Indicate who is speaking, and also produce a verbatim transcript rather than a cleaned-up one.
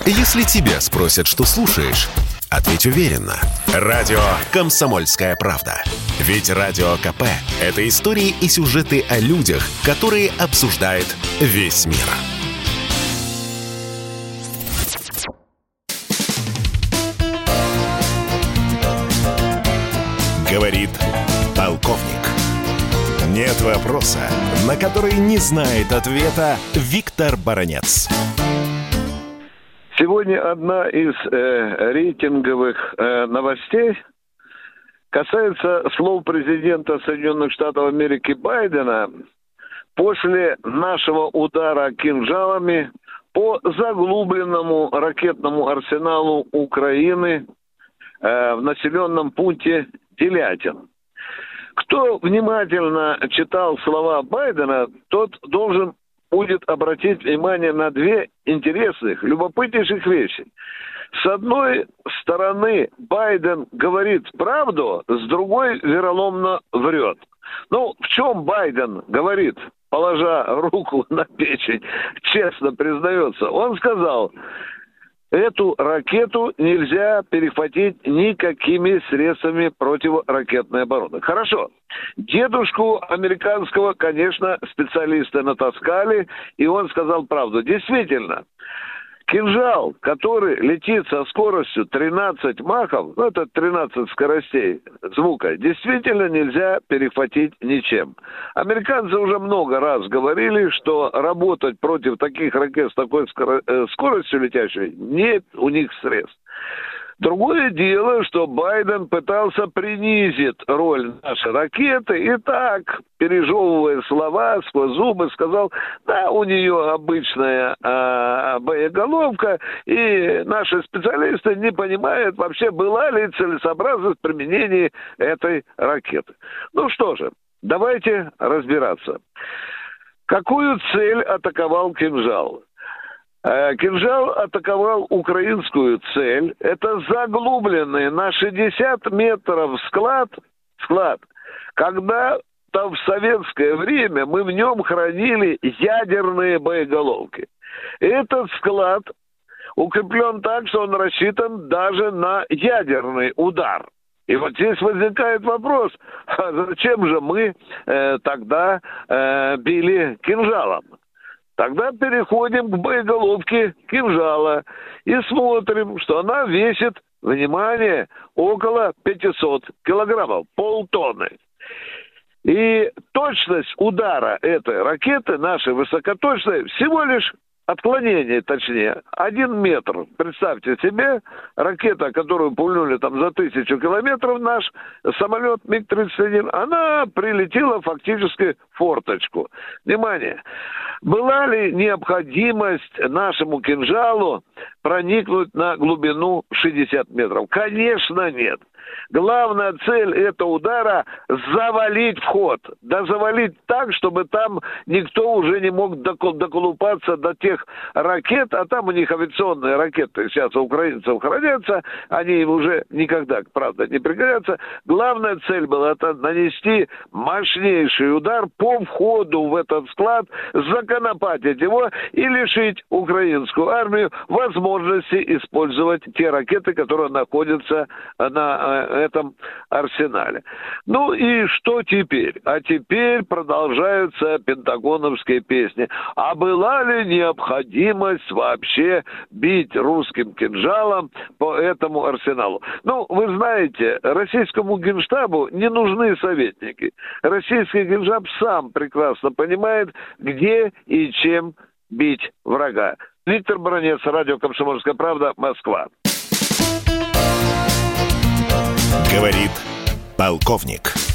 Speaker 1: Если тебя спросят, что слушаешь, ответь уверенно. Радио «Комсомольская правда». Ведь Радио КП – это истории и сюжеты о людях, которые обсуждает весь мир. Говорит полковник. Нет вопроса, на который не знает ответа Виктор Баранец.
Speaker 2: Сегодня одна из э, рейтинговых э, новостей касается слов президента Соединенных Штатов Америки Байдена после нашего удара кинжалами по заглубленному ракетному арсеналу Украины э, в населенном пункте Делятин. Кто внимательно читал слова Байдена, тот должен будет обратить внимание на две интересных, любопытнейших вещи. С одной стороны, Байден говорит правду, с другой вероломно врет. Ну, в чем Байден говорит, положа руку на печень, честно признается? Он сказал: эту ракету нельзя перехватить никакими средствами противоракетной обороны. Хорошо. Дедушку американского, конечно, специалисты натаскали, и он сказал правду. Действительно, кинжал, который летит со скоростью тринадцать махов, ну это тринадцать скоростей звука, действительно нельзя перехватить ничем. Американцы уже много раз говорили, что работать против таких ракет с такой скоростью летящей нет у них средств. Другое дело, что Байден пытался принизить роль нашей ракеты и так, пережевывая слова сквозь зубы, сказал: да, у нее обычная а, боеголовка, и наши специалисты не понимают вообще, была ли целесообразность применения этой ракеты. Ну что же, давайте разбираться. Какую цель атаковал кинжал? Кинжал атаковал украинскую цель. Это заглубленный на шестьдесят метров склад, склад, когда-то в советское время мы в нем хранили ядерные боеголовки. Этот склад укреплен так, что он рассчитан даже на ядерный удар. И вот здесь возникает вопрос: а зачем же мы э, тогда э, били кинжалом? Тогда переходим к боеголовке кинжала и смотрим, что она весит, внимание, около пятьсот килограммов, полтонны. И точность удара этой ракеты, нашей высокоточной, всего лишь отклонение, точнее, один метр. Представьте себе, ракета, которую пульнули там за тысячу километров, наш самолет Миг тридцать один, она прилетела фактически в форточку. Внимание! Была ли необходимость нашему кинжалу проникнуть на глубину шестьдесят метров? Конечно, нет. Главная цель этого удара – завалить вход. Да завалить так, чтобы там никто уже не мог доколупаться до тех ракет, а там у них авиационные ракеты сейчас у украинцев хранятся, они им уже никогда, правда, не пригодятся. Главная цель была это нанести мощнейший удар по входу в этот склад, законопатить его и лишить украинскую армию возможности использовать те ракеты, которые находятся на этом арсенале. Ну и что теперь? А теперь продолжаются пентагоновские песни. А была ли необходимость вообще бить русским кинжалом по этому арсеналу? Ну, вы знаете, российскому генштабу не нужны советники. Российский генштаб сам прекрасно понимает, где и чем бить врага. Виктор Баранец, радио «Комсомольская правда», Москва.
Speaker 1: Говорит полковник.